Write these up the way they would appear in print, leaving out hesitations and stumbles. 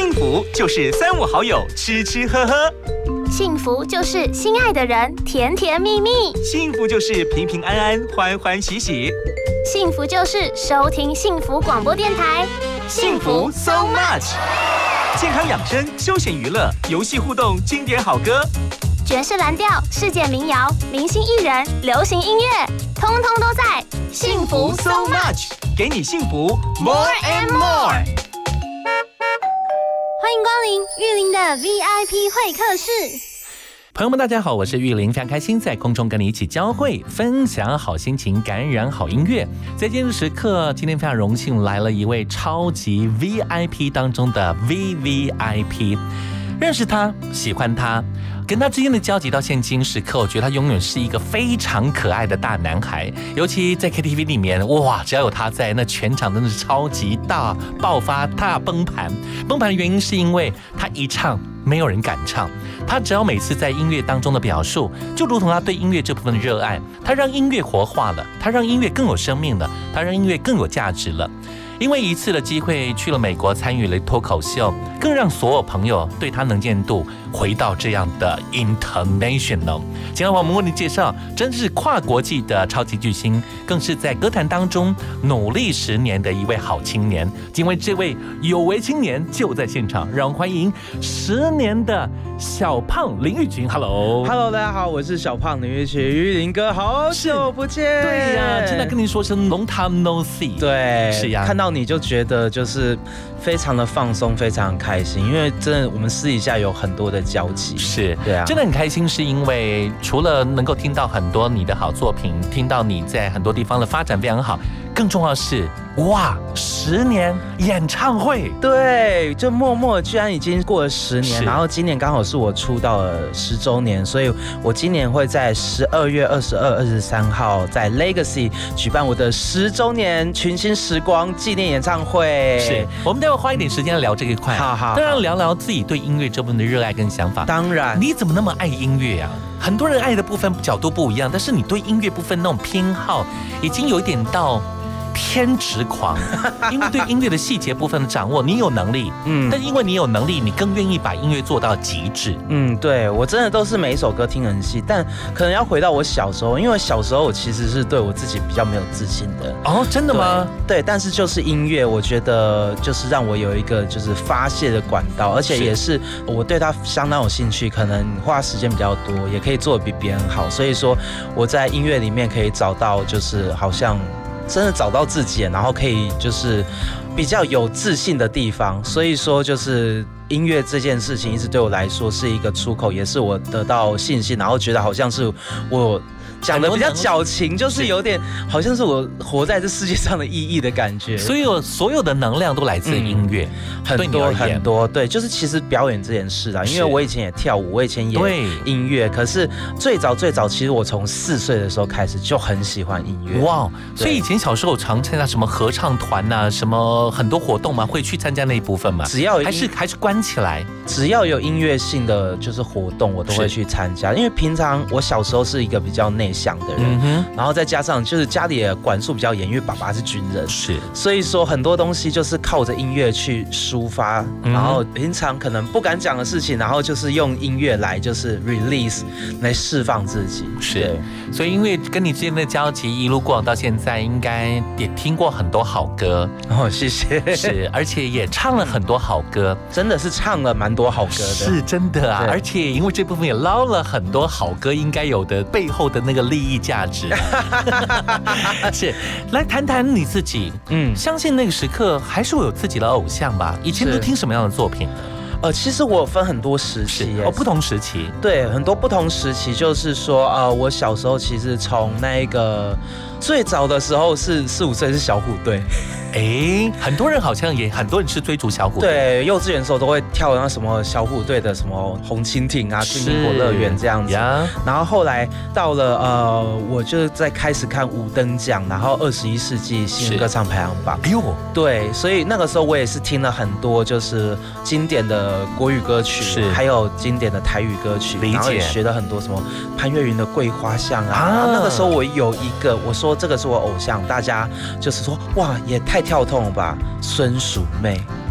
幸福就是三五好友吃吃喝喝， 幸福就是心爱的人甜甜蜜蜜， 幸福就是平平安安欢欢喜喜， 幸福就是收听幸福广播电台， 幸福 so much。健康养生、休闲娱乐、游戏互动、经典好歌、 爵士蓝调、世界民谣、明星艺人、流行音乐，通通都在幸福 so much， 给你幸福 more and more。 欢迎光临玉林的 VIP 会客室。 朋友们，大家好，我是玉林，非常开心在空中跟你一起交汇，分享好心情，感染好音乐。在今日时刻，今天非常荣幸来了一位超级 VIP 当中的 VVIP， 认识他，喜欢他，跟他之间的交集到现今时刻，我觉得他永远是一个非常可爱的大男孩。尤其在 KTV 里面，哇，只要有他在，那全场真的是超级大爆发、大崩盘。崩盘的原因是因为他一唱，没有人敢唱。他只要每次在音乐当中的表述，就如同他对音乐这部分的热爱，他让音乐活化了，他让音乐更有生命了，他让音乐更有价值了。因为一次的机会去了美国参与了脱口秀，更让所有朋友对他能见度回到这样的 international。今天我们为你介绍，真是跨国际的超级巨星，更是在歌坛当中努力10年的一位好青年。因为这位有为青年就在现场，让我们欢迎10年的小胖林玉群。Hello， 大家好，我是小胖林玉群，玉林哥，好久不见。 对呀，真的跟你说声 long time no see。 对， 是呀， 看到你就觉得就是非常的放松，非常开心，因为真的我们私底下有很多的交集。 是， 对啊， 真的很开心，是因为除了能够听到很多你的好作品，听到你在很多地方的发展非常好，更重要的是，哇，10年演唱会， 对，就默默居然已经过了10年，然后今年刚好是我出道了10周年，所以我今年会在12月22、23号在 Legacy 举办我的10周年群星时光纪念演唱会。 是，我们待会花一点时间来聊这一块， 好， 当然聊聊自己对音乐这部分的热爱跟想法。 当然， 你怎么那么爱音乐啊？很多人爱的部分角度不一样，但是你对音乐部分那种偏好，已经有一点到偏执狂，因为对音乐的细节部分的掌握，你有能力，但因为你有能力，你更愿意把音乐做到极致。 对，我真的都是每一首歌听很细，但可能要回到我小时候，因为小时候我其实是对我自己比较没有自信的。 哦，真的吗？ 对，但是就是音乐，我觉得就是让我有一个就是发泄的管道，而且也是我对它相当有兴趣，可能花时间比较多，也可以做得比别人好，所以说我在音乐里面可以找到就是好像真的找到自己，然后可以就是比较有自信的地方，所以说就是音乐这件事情一直对我来说是一个出口，也是我得到信心，然后觉得好像是我讲的比较矫情，就是有点好像是我活在这世界上的意义的感觉。 所以所有的能量都来自音乐， 很多。对，就是其实表演这件事啊，因为我以前也跳舞，我以前也音乐，可是最早，其实我从4岁的时候开始就很喜欢音乐。 哇，所以以前小时候常参加什么合唱团啊，什么很多活动嘛，会去参加那一部分嘛？ 只要还是关起来， 只要有音乐性的就是活动，我都会去参加。因为平常我小时候是一个比较内向的人，然后再加上就是家里的管束比较严，因为爸爸是军人，所以说很多东西就是靠着音乐去抒发，然后平常可能不敢讲的事情，然后就是用音乐来就是 release 来释放自己。 是，所以因为跟你之间的交集一路过往到现在，应该也听过很多好歌哦，谢谢。 是，而且也唱了很多好歌， 真的是唱了蛮多好歌的， 是真的啊。而且因为这部分也捞了很多好歌应该有的背后的那个利益价值。是，来谈谈你自己。相信那个时刻还是会有自己的偶像吧？以前都听什么样的作品？ 其实我分很多时期， 不同时期， 对，很多不同时期，就是说，我小时候其实从那个最早的时候是4、5岁是小虎队。 很多人好像也很多人是追逐小虎队， 对，幼稚园的时候都会跳那什么小虎队的什么红蜻蜓啊、青苹果乐园这样子。然后后来到了我就在开始看五灯奖，然后21世纪新歌唱排行榜。对，所以那个时候我也是听了很多就是经典的国语歌曲，还有经典的台语歌曲，然后也学了很多什么潘越云的《桂花巷》啊。那个时候我有一个，我说这个是我偶像，大家就是说哇，也太跳痛了吧，孙淑媚。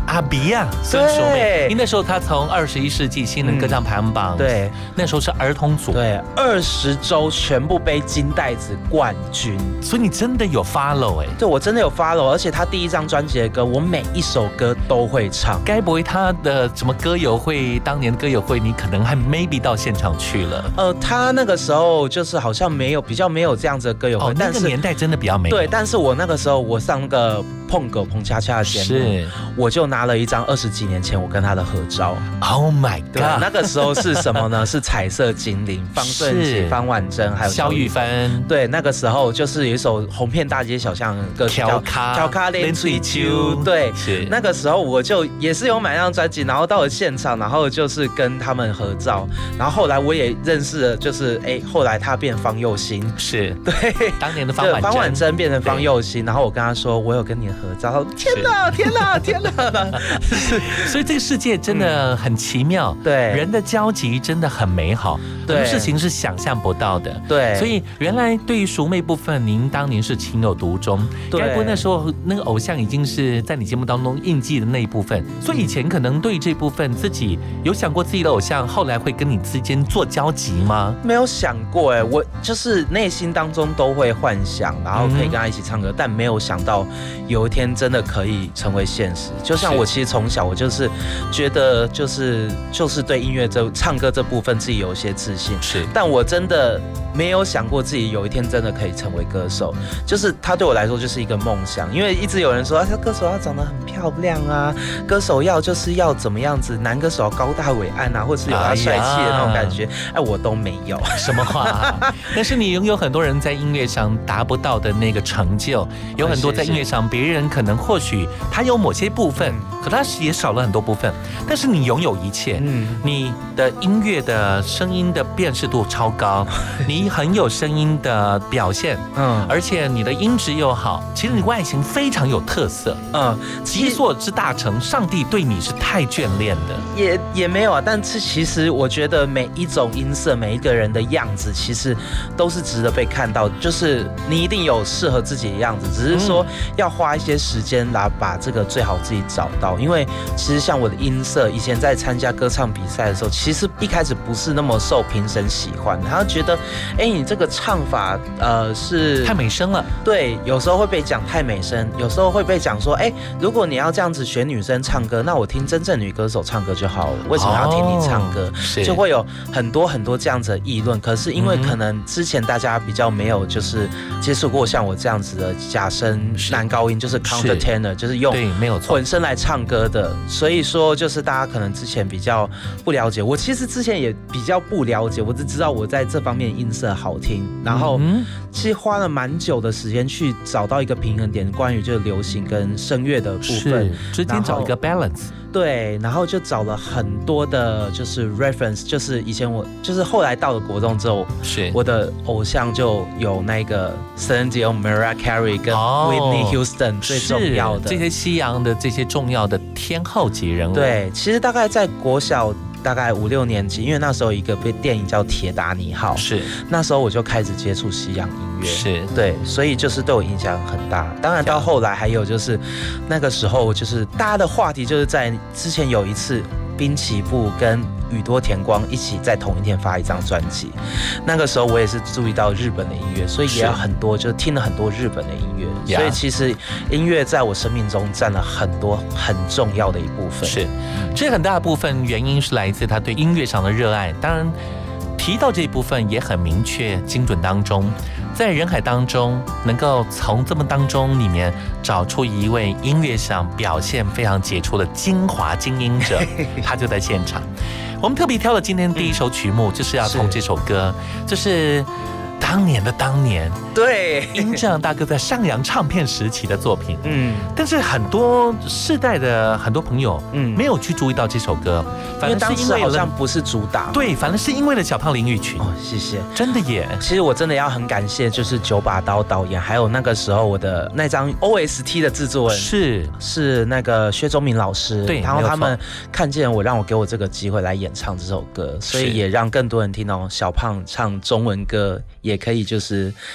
阿比呀，孙淑美，因为那时候她从21世纪新人歌唱排行榜， 对， 那时候是儿童组， 对，20周全部背金带子冠军， 所以你真的有 follow 对，我真的有 follow， 而且他第一张专辑的歌，我每一首歌都会唱。 该不会他的什么歌友会，当年的歌友会，你可能还 maybe 到现场去了？ 他那个时候就是好像比较没有这样子的歌友会， 那个年代真的比较没有。 对，但是我那个时候我上那个碰恰恰的节目，我就拿了一张20几年前我跟他的合照。 Oh my god！ 对，那个时候是什么呢？是彩色精灵，方顺杰、方婉珍还有萧玉芬。 对，那个时候就是有一首红遍大街小巷的歌曲叫《挑卡连水秋》。对，那个时候我就也是有买那张专辑，然后到了现场，然后就是跟他们合照，然后后来我也认识了，就是后来他变方佑兴， 是对， 当年的方婉珍变成方佑兴，然后我跟他说我有跟你合照，天哪天哪天哪！ 所以这个世界真的很奇妙， 对， 人的交集真的很美好，很多事情是想象不到的， 对。 所以原来对于淑妹部分，您当年是情有独钟，该不会那时候那个偶像已经是在你节目当中印记的那一部分，所以以前可能对这部分自己有想过自己的偶像后来会跟你之间做交集吗？ 没有想过我就是内心当中都会幻想，然后可以跟他一起唱歌，但没有想到有一天真的可以成为现实。就像我其实从小我就是觉得就是对音乐唱歌这部分自己有一些自信， 是， 但我真的没有想过自己有一天真的可以成为歌手，就是他对我来说就是一个梦想。因为一直有人说歌手要长得很漂亮啊，歌手就是要怎么样子，男歌手要高大伟岸啊，或是有他帅气的那种感觉，我都没有。 什么话？但是你拥有很多人在音乐上达不到的那个成就，有很多在音乐上别人可能或许他有某些部分，可他也少了很多部分，但是你拥有一切。你的音乐的声音的辨识度超高，你很有声音的表现，而且你的音质又好，其实你外形非常有特色，极所之大成，上帝对你是太眷恋的。 也没有啊，但是其实我觉得每一种音色，每一个人的样子，其实都是值得被看到。就是你一定有适合自己的样子，只是说要花一些时间来把这个最好自己找到。因为其实像我的音色，以前在参加歌唱比赛的时候，其实一开始不是那么受评审喜欢，他觉得，你这个唱法是太美声了。 对，有时候会被讲太美声，有时候会被讲说，如果你要这样子学女生唱歌，那我听真正女歌手唱歌就好了，为什么要听你唱歌？就会有很多很多这样子的议论。可是因为可能之前大家比较没有就是接触过像我这样子的假声男高音，就是 counter tenor， 就是用混声来唱歌的，所以说就是大家可能之前比较不了解。我其实之前也比较不了解，我只知道我在这方面音色好听，然后其实花了蛮久的时间去找到一个平衡点，关于就是流行跟声乐的部分， 之间找一个 balance。 对，然后就找了很多的，就是 reference， 就是以前我就是后来到了国中之后，我的偶像就有那个 Celine Dion、Mariah Carey 跟 Whitney Houston 最重要的这些西洋的这些重要的天后级人物。 对，其实大概在国小大概5、6年级，因为那时候有一个电影叫《铁达尼号》，那时候我就开始接触西洋音乐，对，所以就是对我影响很大。当然到后来还有就是那个时候就是大家的话题就是在之前有一次滨崎步跟宇多田光一起在同一天发一张专辑，那个时候我也是注意到日本的音乐，所以也有很多就听了很多日本的音乐，所以其实音乐在我生命中占了很多很重要的一部分。 这很大的部分原因是来自他对音乐上的热爱，当然提到这一部分也很明确精准当中，在人海当中能够从这么当中里面找出一位音乐上表现非常杰出的精华精英者，他就在现场。我们特别挑了今天第一首曲目，就是要从这首歌，这是当年，对，殷正大哥在上扬唱片时期的作品，但是很多世代的很多朋友，没有去注意到这首歌， 反正是因为好像不是主打， 对，反正是因为了小胖林玉群。 谢谢， 真的耶。 其实我真的要很感谢，就是九把刀导演，还有那个时候我的那张 OST 的制作人是那个薛宗明老师，对，然后他们看见我，让我给我这个机会来演唱这首歌，所以也让更多人听到小胖唱中文歌。也可以就是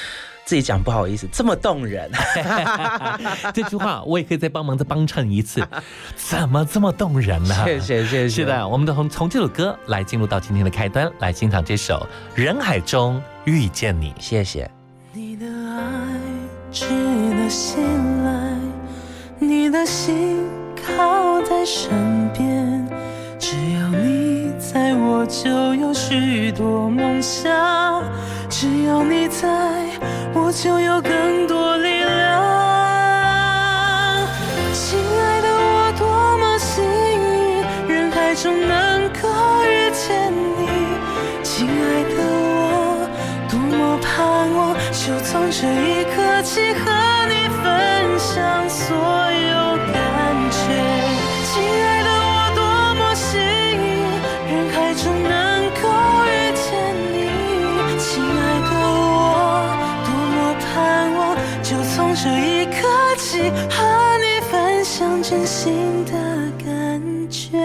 自己讲不好意思，这么动人。 这句话我也可以再帮忙再帮衬一次，怎么这么动人呢？ 谢谢。 是的，我们从这首歌来进入到今天的开端，来欣赏这首《人海中遇见你》。 谢谢。 你的爱值得信赖，你的心靠在身边，只要你在我就有许多梦想，只要你在我就有更多力量。亲爱的我多么幸运，人海中能够遇见你，亲爱的我多么盼望，就从这一刻起和你分享所有感觉。亲爱的我多么幸运，人海中能够遇见你，亲爱的我多么盼望，就从这一刻起和你分享真心的感觉。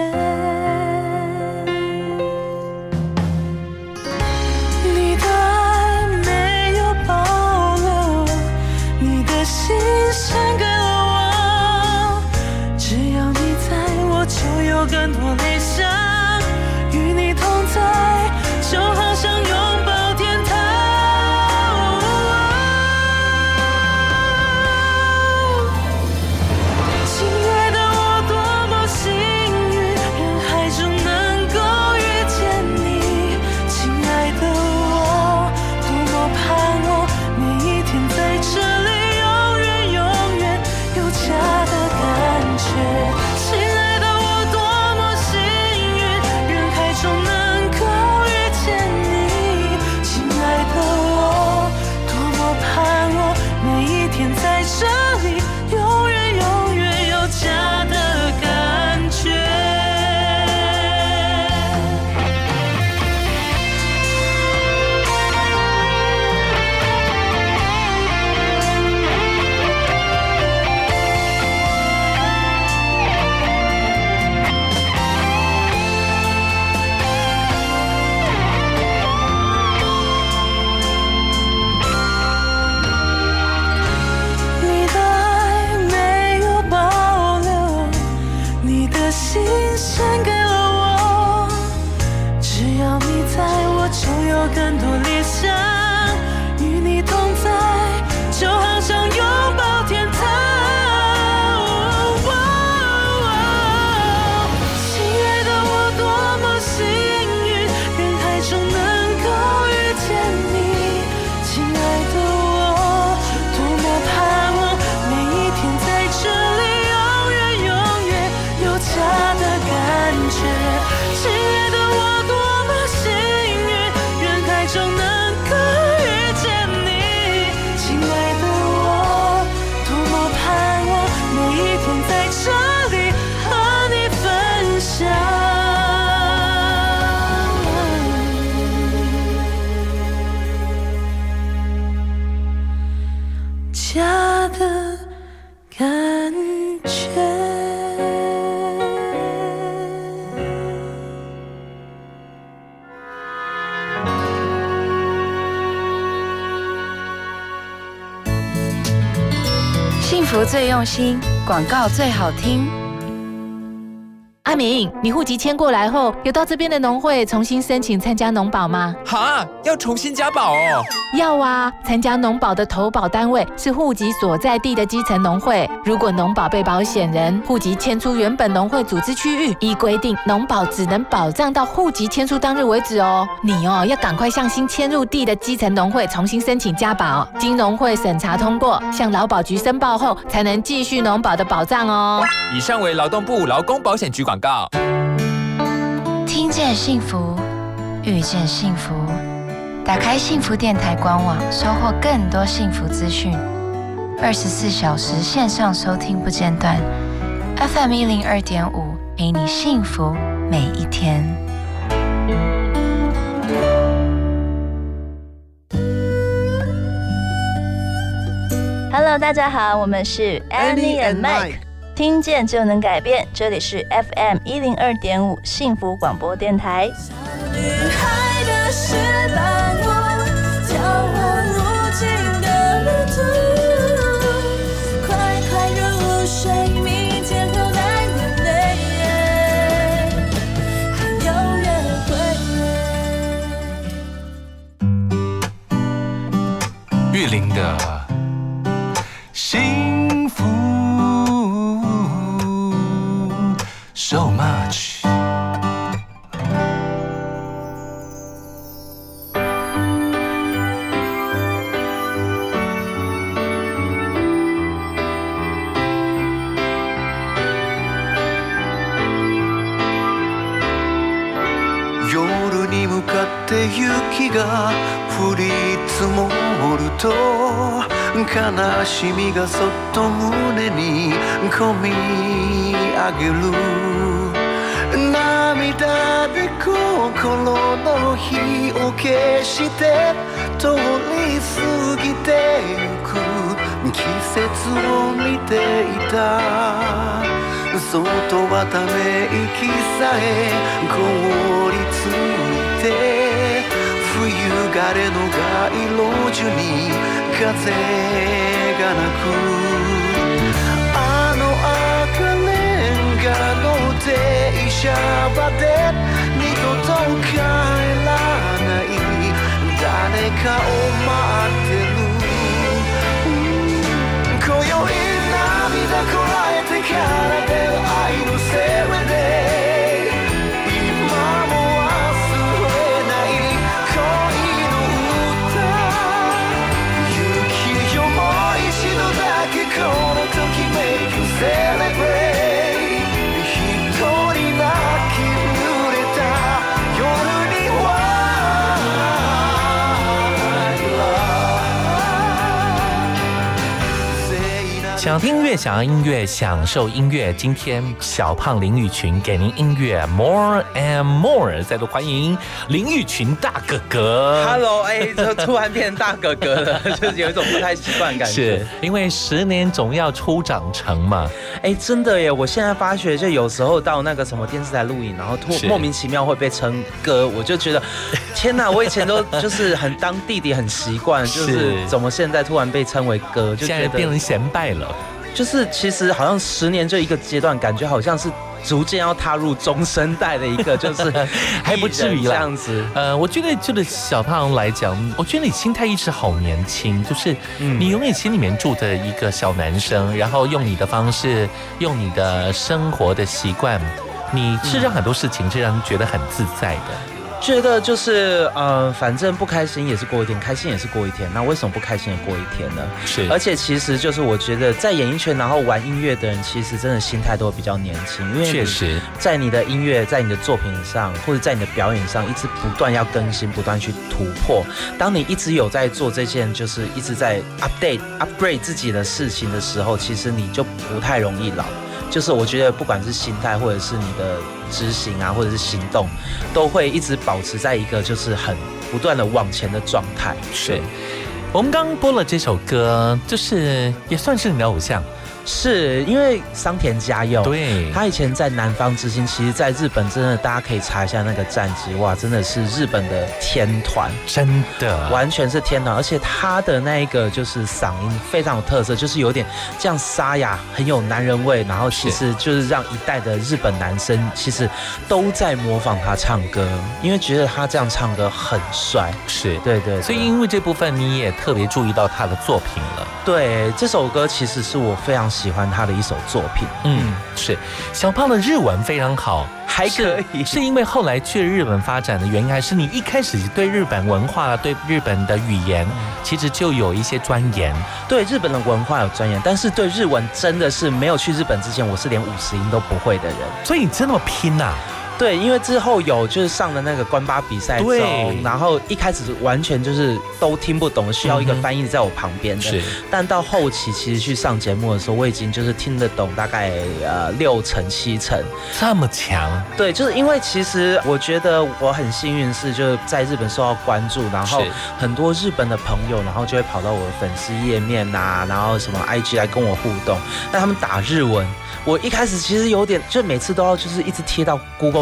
你的爱没有保留，你的心献给了我，只要你在我就有更多理想，与你同在就好像拥抱天堂。亲爱的我多么幸运，人海中能够遇见你，亲爱的我多么盼望，每一天在这里永远永远有家的感觉。亲爱的我多么幸运，人海中能够遇见你，亲爱的我多么盼望，每一天在这里永远永远有家的感觉。你的爱没有保留，你的心献给了我，只要你在我就有更多理想，与你同在就好像拥抱天堂。亲爱的我多么幸运，人海中能够遇见你，亲爱的我多么盼望，每一天在这里永远永远有家的感觉。亲爱的我多么幸运，人海中能够遇见你，亲爱的我多么盼望，每一天在这里和你分享家的感觉。 幸福最用心，广告最好听。 阿明，你户籍迁过来后，有到这边的农会重新申请参加农保吗？ 哈，要重新加保哦。 要啊，参加农保的投保单位是户籍所在地的基层农会。如果农保被保险人户籍迁出原本农会组织区域，依规定农保只能保障到户籍迁出当日为止哦。你要赶快向新迁入地的基层农会重新申请加保，经农会审查通过，向劳保局申报后，才能继续农保的保障哦。 以上为劳动部劳工保险局广告。 听见幸福，遇见幸福。打开幸福电台官网，收获更多幸福资讯。24小时线上收听不间断 ，FM 102.5，陪你幸福每一天。 Hello， 大家好，我们是 Annie and Mike， 听见就能改变，这里是 FM 102.5幸福广播电台。 女孩的石板路，眺望无尽的个幸福 so much。夜に向かって雪が降り積もると悲しみがそっと胸にこみ上げる涙で心の火を消して通り過ぎてゆく季節を見ていたそっとはため息さえ凍りついて冬枯れの街路樹に風が鳴くあの赤レンガの停車場で二度と帰らない誰かを待ってる今宵涙こらえてから出る愛のセレで今も忘れない恋の歌雪よもう一度だけこのときめくセレブレイ一人泣き濡れた夜には想听音乐，想要音乐，享受音乐。今天小胖林育群给您音乐 More and More， 再度欢迎林育群大哥哥。 Hello， 就突然变成大哥哥了，就是有一种不太习惯的感觉。 是因为10年总要出长成嘛？ 真的耶！我现在发觉，就有时候到那个什么电视台录影，然后莫名其妙会被称哥，我就觉得天哪！我以前都就是很当弟弟很习惯，就是怎么现在突然被称为哥，就觉得现在变成贤拜了。 就是其实好像10年这一个阶段，感觉好像是逐渐要踏入中生代的一个，就是还不至于这样子。 我觉得就是小胖来讲，我觉得你心态一直好年轻，就是你永远心里面住着一个小男生，然后用你的方式，用你的生活的习惯，你是让很多事情是让人觉得很自在的。 觉得就是反正不开心也是过一天，开心也是过一天，那为什么不开心也过一天呢？ 是， 而且其实就是我觉得在演艺圈然后玩音乐的人，其实真的心态都比较年轻，因为确实在你的音乐，在你的作品上，或者在你的表演上，一直不断要更新，不断去突破。当你一直有在做这件，就是一直在 upgrade 自己的事情的时候，其实你就不太容易老。就是我觉得不管是心态或者是你的执行啊，或者是行动，都会一直保持在一个就是很不断的往前的状态。 是，我们刚播了这首歌，就是也算是你的偶像。 是因为桑田佳佑， 对， 他以前在南方之星，其实在日本真的大家可以查一下那个战绩，哇，真的是日本的天团， 真的完全是天团，而且他的那一个就是嗓音非常有特色，就是有点这样沙哑，很有男人味，然后其实就是让一代的日本男生其实都在模仿他唱歌，因为觉得他这样唱歌很帅， 是对对， 所以因为这部分你也特别注意到他的作品了。 对，这首歌其实是我非常喜欢他的一首作品。 是小胖的日文非常好， 还可以， 是因为后来去日本发展的原因，还是你一开始对日本文化、对日本的语言，其实就有一些钻研？ 对日本的文化有钻研，但是对日文真的是没有去日本之前，我是连50音都不会的人。 所以你真的拼啊？ 对，因为之后有就是上了那个关八比赛中，然后一开始完全就是都听不懂，需要一个翻译在我旁边的。是，但到后期其实去上节目的时候，我已经就是听得懂大概6成7成， 这么强？ 对，就是因为其实我觉得我很幸运是就是在日本受到关注，然后很多日本的朋友，然后就会跑到我的粉丝页面啊，然后什么 IG 来跟我互动，但他们打日文。我一开始其实有点，就每次都要就是一直贴到 Google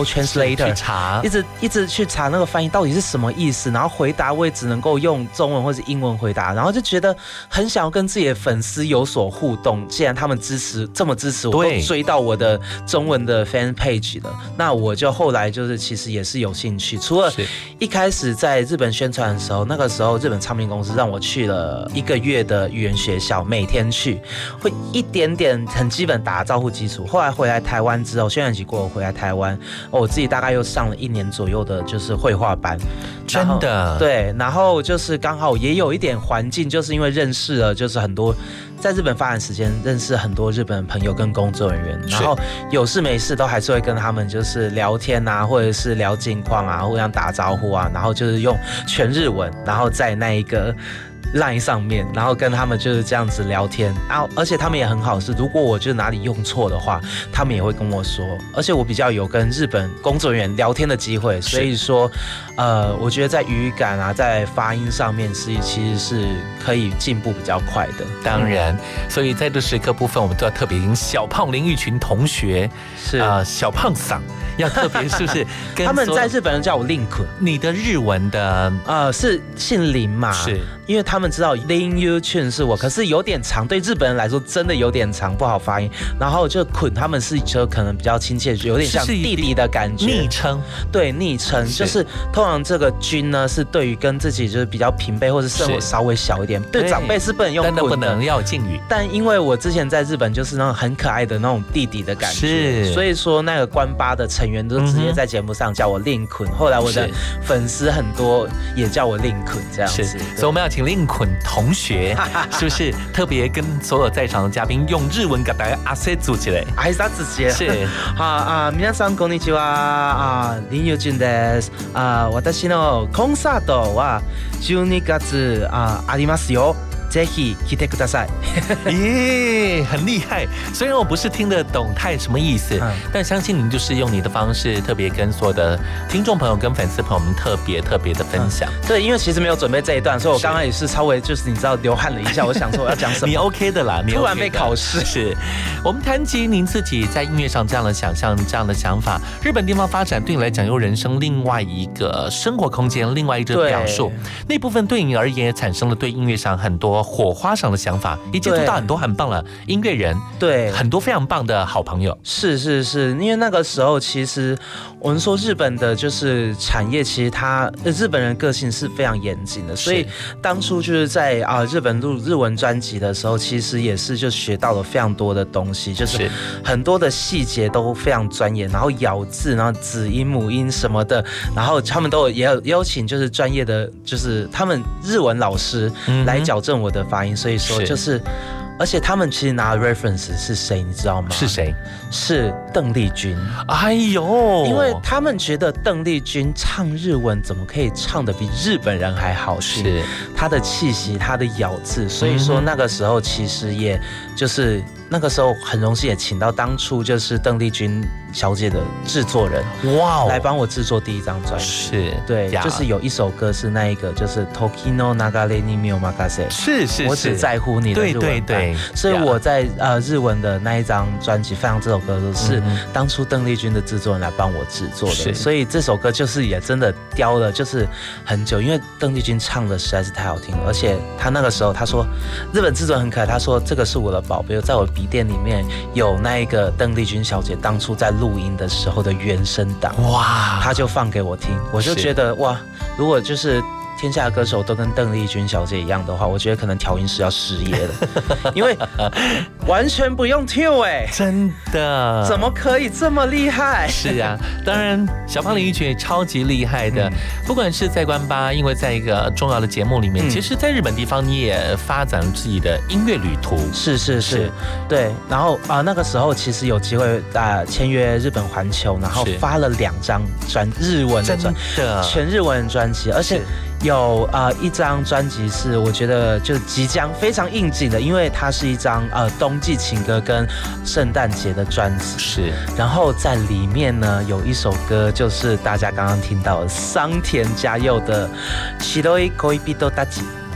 Translator 去查， 一直去查那个翻译到底是什么意思，然后回答我也只能够用中文或者英文回答，然后就觉得很想要跟自己的粉丝有所互动。既然他们这么支持我，都追到我的中文的 fan page 了，那我就后来就是其实也是有兴趣。除了一开始在日本宣传的时候，那个时候日本唱片公司让我去了1个月的语言学校，每天去，会一点点很基本打招呼基础。后来回来台湾之后，宣传期过后回来台湾，我自己大概又上了1年左右的就是绘画班。 真的对，然后就是刚好也有一点环境，就是因为认识了就是很多在日本发展时间认识很多日本朋友跟工作人员，然后有事没事都还是会跟他们就是聊天啊，或者是聊近况啊，互相打招呼啊，然后就是用全日文，然后在那一个LINE 上面，然后跟他们就是这样子聊天啊，而且他们也很好，是如果我就哪里用错的话，他们也会跟我说，而且我比较有跟日本工作人员聊天的机会，所以说，我觉得在语感啊，在发音上面其实是可以进步比较快的。 当然，所以在这时刻部分，我们都要特别跟小胖林玉群同学是小胖嗓要特别是不是？ 他们在日本人叫我令坤， 你的日文的是姓林嘛？ 是。 因为他们知道林玉群是我，可是有点长，对日本人来说真的有点长，不好发音。然后就捆他们是就可能比较亲切，有点像弟弟的感觉。 昵称， 对，昵称就是通常这个君呢是对于跟自己就是比较平辈或是生活稍微小一点，对长辈是不能用捆的， 不能要敬语。 但因为我之前在日本就是那种很可爱的那种弟弟的感觉，所以说那个关八的成员都直接在节目上叫我令捆。后来我的粉丝很多也叫我令捆这样子， 所以我们要请令捆同学是不是特别跟所有在场的嘉宾用日文给大家阿塞组起来？ 挨拶直接皆さんこんにちは林友俊です。私のコンサートは12月ありますよ。ぜひ来てください。 耶，很厉害。虽然我不是听得懂太什么意思，但相信您就是用你的方式，特别跟所有的听众朋友跟粉丝朋友们特别的分享。 对，因为其实没有准备这一段，所以我刚刚也是稍微就是你知道流汗了一下，我想说我要讲什么。 你 OK 的啦，你 OK 的， 突然被考试。 是我们谈及您自己在音乐上这样的想象、这样的想法，日本地方发展对你来讲又人生另外一个生活空间，另外一个表述。那部分对你而言也产生了对音乐上很多火花上的想法，也接触到很多很棒的音乐人， 对， 很多非常棒的好朋友。 是，因为那个时候其实我们说日本的就是产业，其实日本人个性是非常严谨的，所以当初就是在日本录日文专辑的时候，其实也是就学到了非常多的东西，就是很多的细节都非常专业，然后咬字，然后子音母音什么的，然后他们都也有请就是专业的就是他们日文老师来矫正我的发音，所以说就是。而且他们其实拿的 reference 是谁，你知道吗？ 是谁？ 是邓丽君。 哎呦， 因为他们觉得邓丽君唱日文怎么可以唱得比日本人还好听？是她的气息，她的咬字。所以说那个时候其实也就是那个时候很荣幸也请到当初就是邓丽君小姐的制作人，哇，来帮我制作第一张专辑。是，对，就是有一首歌是那一个就是 Tokino Nagare ni mi o Makase， 是，我只在乎你的日文版。对，所以我在日文的那一张专辑放这首歌都是当初邓丽君的制作人来帮我制作的，所以这首歌就是也真的雕了就是很久，因为邓丽君唱的实在是太好听了，而且他那个时候他说日本制作人很可爱，他说这个是我的宝贝，在我的笔电里面有那一个邓丽君小姐当初在录音的时候的原声档，哇，他就放给我听，我就觉得哇，如果就是天下的歌手都跟邓丽君小姐一样的话，我觉得可能调音师要失业了，因为完全不用 tune 真的， 怎么可以这么厉害？ 是啊，当然小胖林玉群也超级厉害的，不管是在关八，因为在一个重要的节目里面，其实在日本地方你也发展了自己的音乐旅途。是，对，然后那个时候其实有机会签约日本环球，然后发了2张日文的全日文专辑，而且。有一张专辑是我觉得就即将非常应景的，因为它是一张冬季情歌跟圣诞节的专辑，是。然后在里面呢有一首歌就是大家刚刚听到的桑田佳佑的《白い恋人たち》。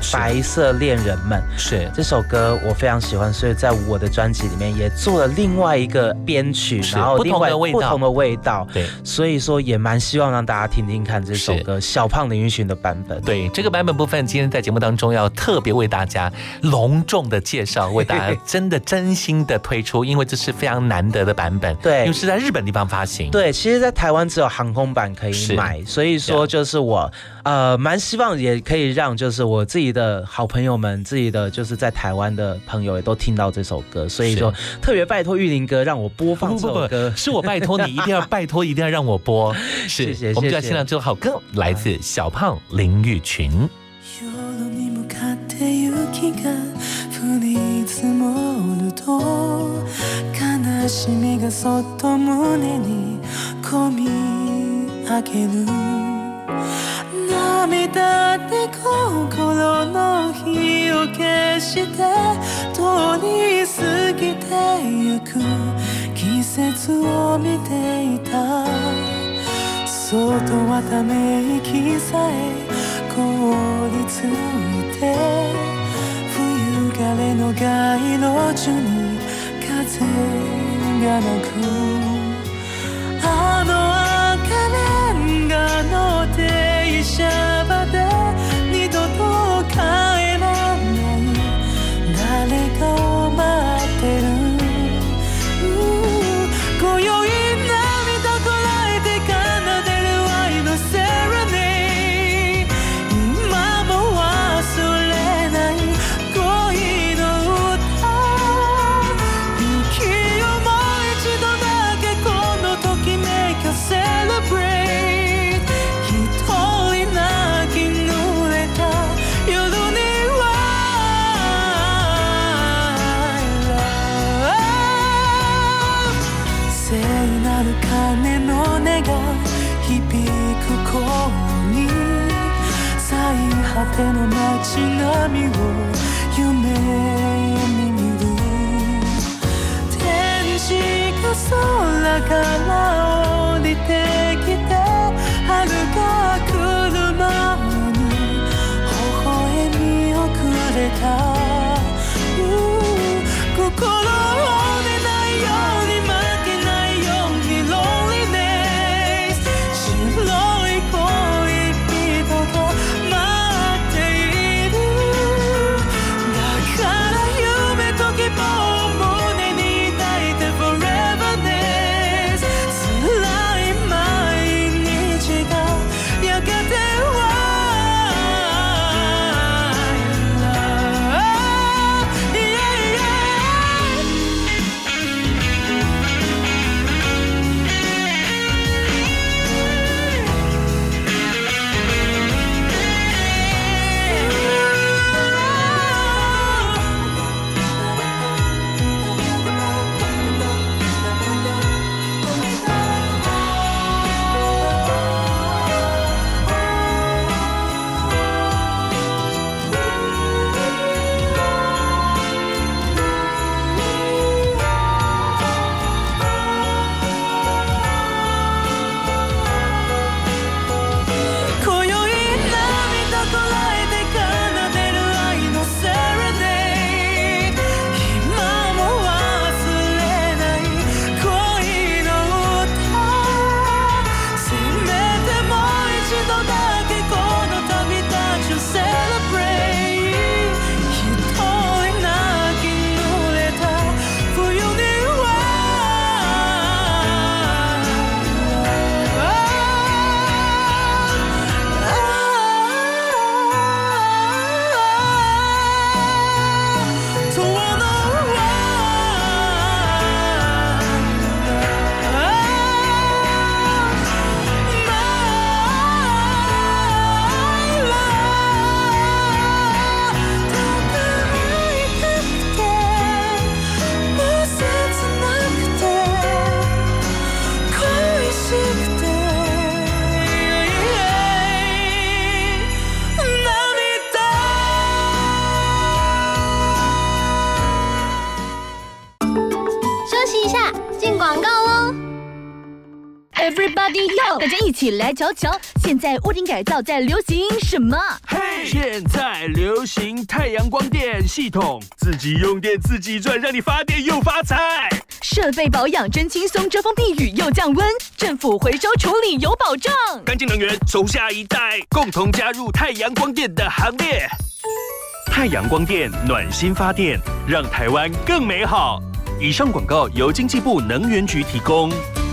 白色恋人们是这首歌我非常喜欢，所以在我的专辑里面也做了另外一个编曲，然后另外不同的味道， 对， 所以说也蛮希望让大家听听看这首歌小胖林育群的版本。 对，这个版本部分今天在节目当中要特别为大家隆重的介绍，为大家真心的推出，因为这是非常难得的版本， 对， 因为是在日本地方发行， 对，其实在台湾只有航空版可以买，所以说就是我蛮希望也可以让就是我自己的好朋友们，自己的就是在台湾的朋友也都听到这首歌，所以说特别拜托玉林哥让我播放这首歌， 是我拜托你，一定要拜托，一定要让我播，是， 谢谢， 我们就要欣赏这首好歌，来自小胖林育群。 降り積もると悲しみがそっと胸にこみ上げる涙で心の火を消して通り過ぎてゆく季節を見ていた外はため息さえ凍りついて晴の街路樹に風が鳴くあの赤レンガの停車場で二度と帰らない誰かを待ってる今宵涙こらえて奏でる愛のセレネ今も忘れない鐘の音が響く頃に最果ての街並みを夢に見る天使が空から降りてきて遥か来る前に微笑みをくれた心を折れないように負けないように Everybody yo， 大家一起来瞧瞧，现在屋顶改造在流行什么？ 嘿，现在流行太阳光电系统，自己用电自己赚，让你发电又发财。 设备保养真轻松，遮风避雨又降温，政府回收处理有保障。 干净能源从下一代，共同加入太阳光电的行列。太阳光电暖心发电，让台湾更美好。以上广告由经济部能源局提供。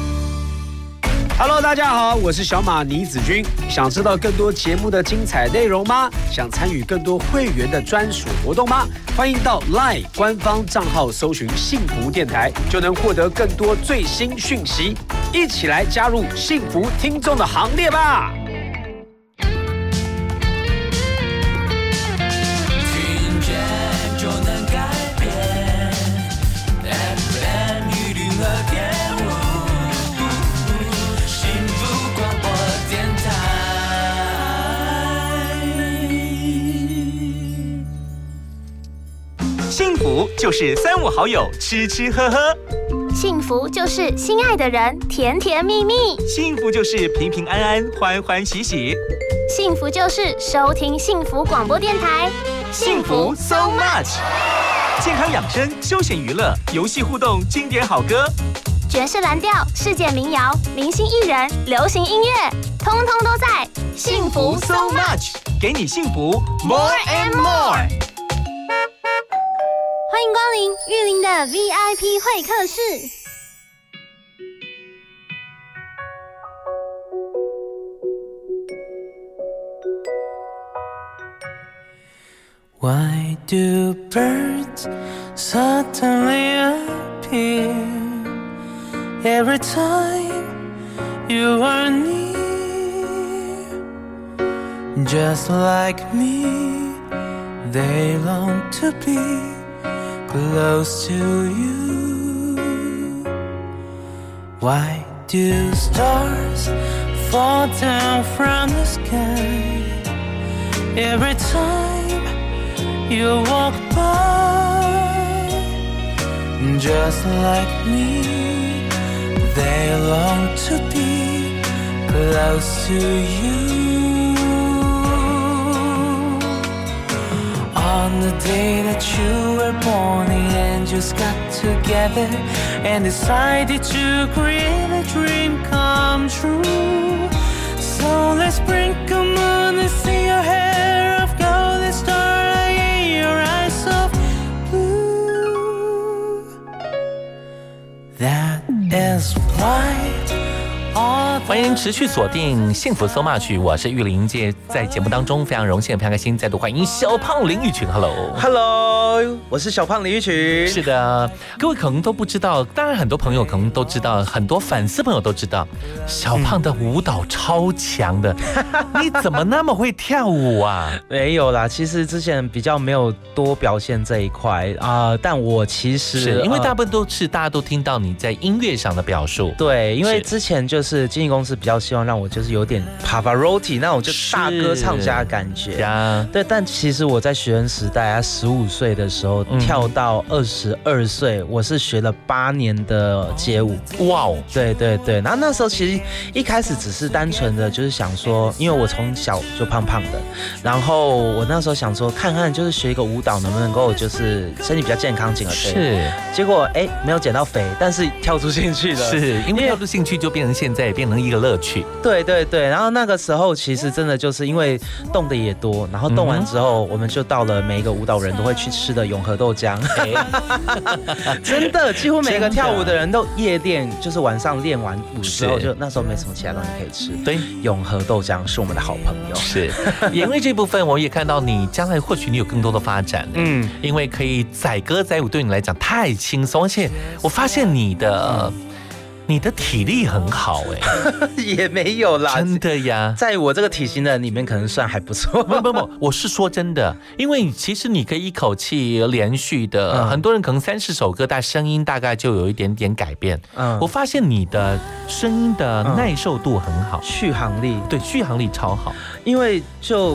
Hello， 大家好，我是小马倪子君。想知道更多节目的精彩内容吗？想参与更多会员的专属活动吗？欢迎到 LINE 官方账号搜寻幸福电台，就能获得更多最新讯息。一起来加入幸福听众的行列吧！ 听见就能改变 FM 102.5。 幸福就是3、5好友吃吃喝喝， 幸福就是心爱的人甜甜蜜蜜， 幸福就是平平安安欢欢喜喜， 幸福就是收听幸福广播电台， 幸福 so much。健康养生、休闲娱乐、游戏互动、经典好歌， 爵士蓝调、世界民谣、明星艺人、流行音乐，通通都在幸福 so much， 给你幸福 more and more。 欢迎光临玉林的 VIP 会客室。 Why do birds suddenly appear every time you are near? Just like me, they long to be close to you. Why do stars fall down from the sky every time you walk by? Just like me, they long to be close to you. On the day that you were born, the angels got together and decided to create a dream come true. So let's sprinkle moon and see your hair of gold and starlight in your eyes of blue. That is why. 欢迎持续锁定幸福 so much， 我是玉林姐，在节目当中非常荣幸、非常开心，再度欢迎小胖林玉群。 Hello， 我是小胖林玉群。 是的，各位可能都不知道，当然很多朋友可能都知道，很多粉丝朋友都知道，小胖的舞蹈超强的，你怎么那么会跳舞啊？ 没有啦，其实之前比较没有多表现这一块但我其实是因为大部分都是大家都听到你在音乐上的表述。 对，因为之前就是经纪公司比较希望让我就是有点 Pavarotti 那种就大歌唱家的感觉。对，但其实我在学生时代15岁的时候跳到22岁，我是学了8年的街舞。 哇哦！ 对对对，然后那时候其实一开始只是单纯的就是想说，因为我从小就胖胖的，然后我那时候想说看看就是学一个舞蹈能不能够就是身体比较健康，进而是。 结果没有减到肥，但是跳出兴趣了。 是因为跳出兴趣就变成现在变成一个乐趣。 对对对，然后那个时候其实真的就是因为动的也多，然后动完之后我们就到了每一个舞蹈人都会去吃的永和豆浆。真的几乎每个跳舞的人都夜练，就是晚上练完舞之后就那时候没什么其他东西可以吃。 对， 永和豆浆是我们的好朋友。 是，也因为这部分我也看到你将来或许你有更多的发展。因为可以载歌载舞对你来讲太轻松，而且我发现你的体力很好也没有啦， 真的呀， 在我这个体型的人里面可能算还不错。 不，我是说真的，因为其实你可以一口气连续的，很多人可能30首歌，但声音大概就有一点点改变。我发现你的声音的耐受度很好， 续航力， 对，续航力超好， 因为就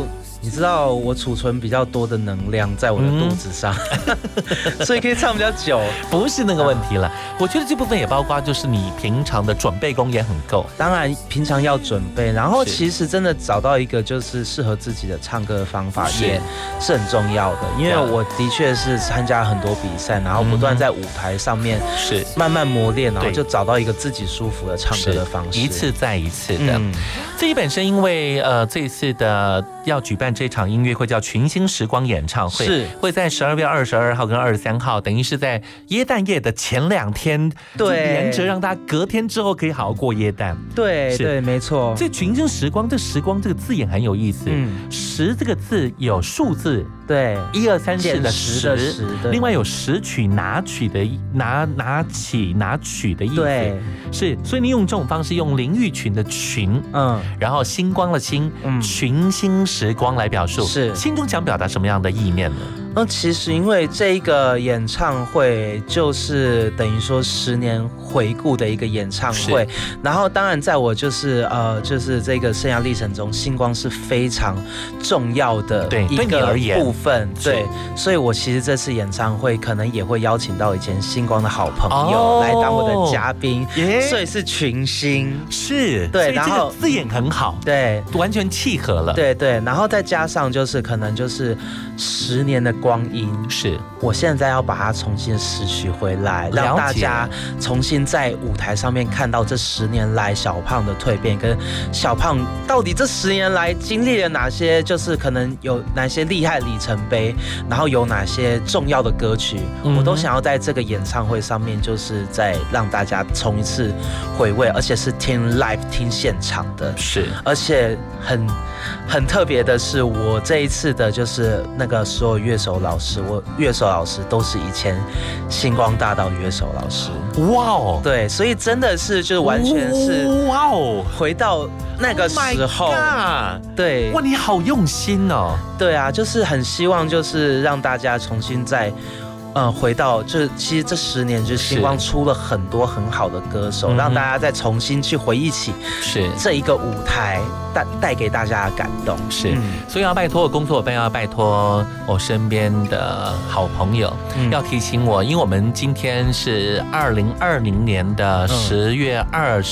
你知道我储存比较多的能量在我的肚子上，所以可以唱比较久。 不是那个问题了，我觉得这部分也包括就是你平常的准备功也很够。 当然平常要准备，然后其实真的找到一个就是适合自己的唱歌的方法也是很重要的，因为我的确是参加很多比赛，然后不断在舞台上面是慢慢磨练，然后就找到一个自己舒服的唱歌的方式， 一次再一次的。自己本身因为这一次的要举办这场音乐会叫群星时光演唱会，是会在12月22号跟23号，等于是在耶诞夜的前2天，对，连着让大家隔天之后可以好好过耶诞。 对对，没错。 这群星时光，这时光这个字眼很有意思。时这个字有数字， 对 ，1、2、3、4的时，另外有拾取、拿取的拿起、拿取的意思。对，是，所以你用这种方式，用林育群的群，然后星光的星，群星时光来表述，是心中想表达什么样的意念呢？ 其实因为这一个演唱会就是等于说10年回顾的一个演唱会，然后当然在我就是这个生涯历程中，星光是非常重要的一个部分，对，所以我其实这次演唱会可能也会邀请到以前星光的好朋友来当我的嘉宾，所以是群星， 是对， 然后字眼很好， 对， 完全契合了， 对对，然后再加上就是可能就是10年的光阴，是我现在要把它重新拾取回来，让大家重新在舞台上面看到这10年来小胖的蜕变，跟小胖到底这10年来经历了哪些，就是可能有哪些厉害里程碑，然后有哪些重要的歌曲，我都想要在这个演唱会上面，就是在让大家重一次回味，而且是听 live 听现场的，是，而且很特别的是，我这一次的就是那个所有乐手老师，我乐手老师都是以前星光大道乐手老师。哇哦，对，所以真的是就是完全是哇哦，回到那个时候，对， 哇，你好用心哦。 对啊，就是很希望就是让大家重新再。回到就是其实这10年，就是星光出了很多很好的歌手，让大家再重新去回忆起是这一个舞台带给大家的感动。 是，所以要拜托我工作伙伴，要拜托我身边的好朋友，要提醒我，因为我们今天是2020年的10月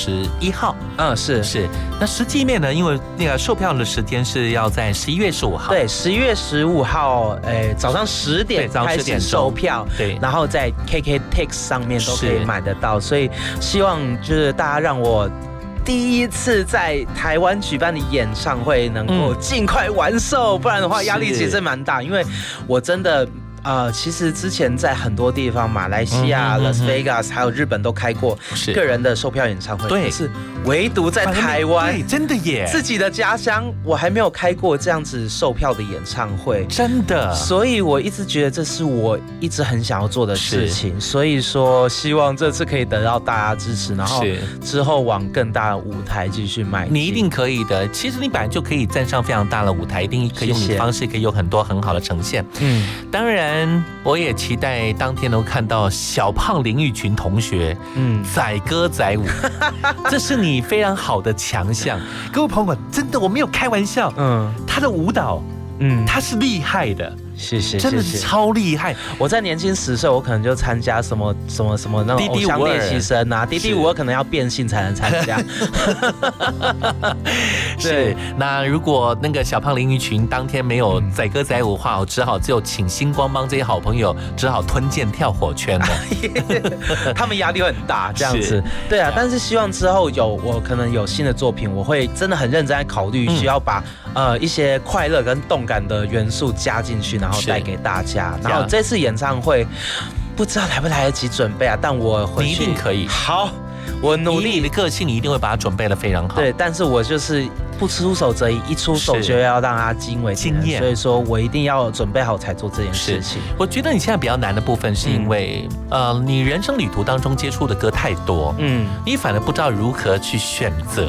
21号，是。那实际面呢，因为那个售票的时间是要在11月15号， 对，11月15号，早上10点开始售票。对，然后在 KKTix 上面都可以买得到，所以希望就是大家让我第一次在台湾举办的演唱会能够尽快完售，不然的话压力其实蛮大，因为我真的。其实之前在很多地方，马来西亚、Las Vegas 还有日本都开过个人的售票演唱会，对，是唯独在台湾， 对，真的耶， 自己的家乡我还没有开过这样子售票的演唱会， 真的， 所以我一直觉得这是我一直很想要做的事情，所以说希望这次可以得到大家支持，然后之后往更大的舞台继续迈进。 你一定可以的，其实你本来就可以站上非常大的舞台，一定可以用你的方式，可以有很多很好的呈现。当然。我也期待当天能看到小胖林育群同学，载歌载舞，这是你非常好的强项。各位朋友们，真的我没有开玩笑，他的舞蹈，他是厉害的。 谢谢， 真的是超厉害！ 我在年轻10岁，我可能就参加什么那种偶像练习生啊，DD 52可能要变性才能参加。 是，那如果那个小胖林育群当天没有载歌载舞的话，我只好请星光帮这些好朋友只好吞剑跳火圈了。 他们压力很大，这样子。对啊，但是希望之后我可能有新的作品，我会真的很认真在考虑，需要把一些快乐跟动感的元素加进去，然后带给大家。然后这次演唱会不知道来不来得及准备啊，但我回去你一定可以。 好，我努力。 以你的个性，你一定会把它准备得非常好。 对，但是我就是不出手则已，一出手就要让它惊为天人，所以说我一定要准备好才做这件事情。 我觉得你现在比较难的部分是因为，你人生旅途当中接触的歌太多，你反而不知道如何去选择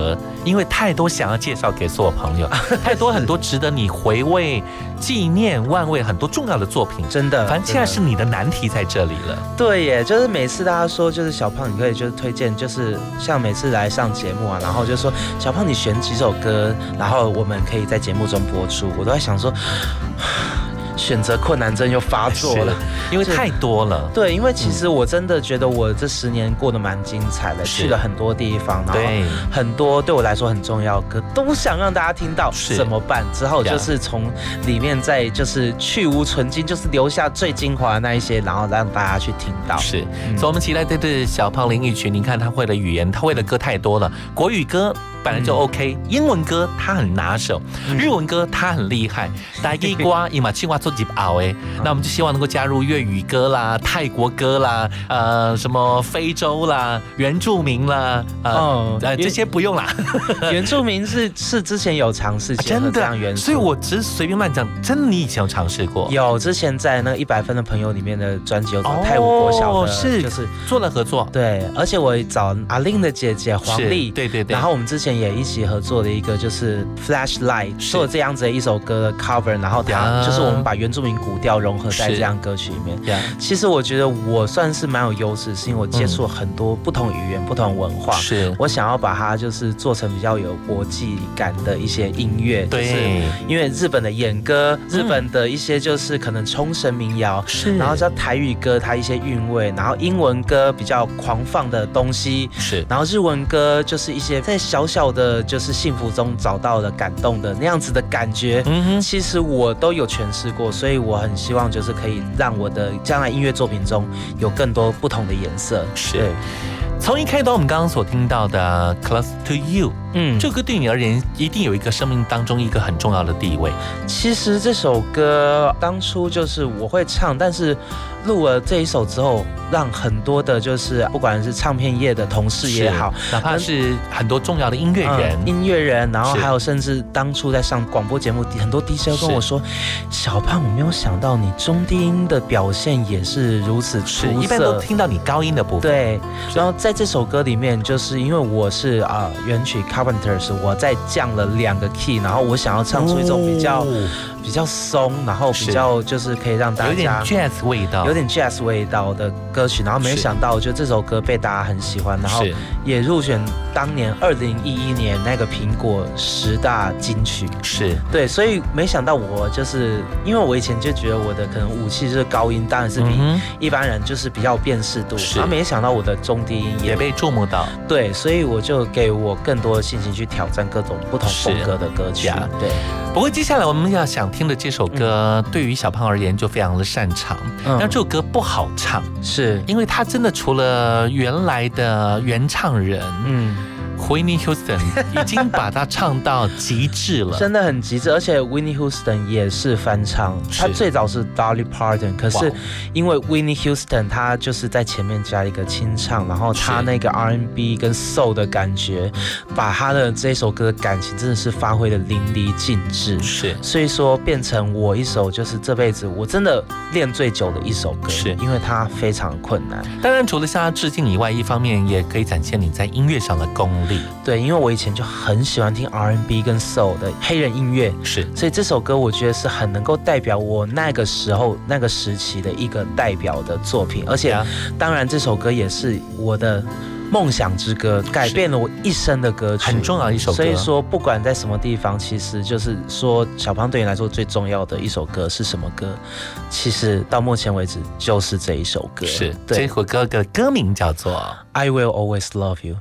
因为太多想要介绍给所有朋友，太多很多值得你回味、纪念、玩味很多重要的作品， 真的。 反正现在是你的难题在这里了。 对耶，就是每次大家说就是小胖，你可以就是推荐，就是像每次来上节目啊，然后就说小胖你选几首歌，然后我们可以在节目中播出，我都在想说。选择困难症又发作了， 因为太多了。 对，因为其实我真的觉得我这10年过得蛮精彩的，去了很多地方，然后很多对我来说很重要的歌都想让大家听到，怎么办？之后就是从里面再就是去无存菁，就是留下最精华的那一些，然后让大家去听到。 是，所以我们期待这对小胖林育群，你看他会的语言，他会的歌太多了，国语歌本来就 OK，英文歌他很拿手，日文歌他很厉害，台语歌伊嘛青蛙做几熬哎，那我们就希望能够加入粤语歌啦、泰国歌啦、什么非洲啦、原住民啦，这些不用啦。 原住民是之前有尝试结合这样元素， 所以我只是随便乱讲，真的你以前有尝试过？ 有，之前在那个100分的朋友里面的专辑有找泰武国小的，就是做了合作。 对，而且我找阿令的姐姐黄丽， 对， 然后我们之前也一起合作的一个就是 Flashlight 做这样子的一首歌的 cover， 然后它就是我们把原住民古调融合在这样歌曲里面。其实我觉得我算是蛮有优势，是因为我接触很多不同语言、不同文化， 是我想要把它就是做成比较有国际感的一些音乐。 对， 因为日本的演歌，日本的一些就是可能冲绳民谣， 是， 然后叫台语歌，它一些韵味，然后英文歌比较狂放的东西， 是， 然后日文歌就是一些在小小的就是幸福中找到了感动的那样子的感觉。其实我都有诠释过，所以我很希望就是可以让我的将来音乐作品中有更多不同的颜色。 是，从一开端我们刚刚所听到的 Close to You， 这个歌对你而言一定有一个生命当中一个很重要的地位。 其实这首歌当初就是我会唱，但是录了这一首之后，让很多的就是不管是唱片业的同事也好， 哪怕是很多重要的音乐人， 然后还有甚至当初在上广播节目，很多 DJ 跟我说，小胖，我没有想到你中低音的表现也是如此出色， 一般都听到你高音的部分。 对，然后在这首歌里面，就是因为我是原曲 Carpenters， 我再降了2个 key， 然后我想要唱出一种比较松，然后比较就是可以让大家有点 jazz 味道的歌曲，然后没想到就这首歌被大家很喜欢，然后也入选当年2011年那个苹果10大金曲。 是， 对，所以没想到我就是因为我以前就觉得我的可能武器就是高音，当然是比一般人就是比较有辨识度，然后没想到我的中低音也被注目到。 对，所以我就给我更多的信心去挑战各种不同风格的歌曲。对， 不过接下来我们要想听的这首歌，对于小胖而言就非常的擅长。但这首歌不好唱， 是因为它真的除了原来的原唱人Whitney Houston 已经把它唱到极致了， 真的很极致。而且 Whitney Houston 也是翻唱，他最早是 Dolly Parton， 可是因为 Whitney Houston 他就是在前面加一个清唱，然后他那个 R&B 跟 Soul 的感觉，把他的这首歌的感情真的是发挥的淋漓尽致。 是， 所以说变成我一首就是这辈子我真的练最久的一首歌，是因为它非常困难。 当然，除了向他致敬以外，一方面也可以展现你在音乐上的功力。 对，因为我以前就很喜欢听 R&B 跟 Soul 的黑人音乐， 是， 所以这首歌我觉得是很能够代表我那个时候那个时期的一个代表的作品，而且当然这首歌也是我的梦想之歌，改变了我一生的歌曲， 很重要的一首歌。 所以说不管在什么地方，其实就是说小胖对你来说最重要的一首歌是什么歌，其实到目前为止就是这一首歌。 是，这首歌的歌名叫做 I Will Always Love You。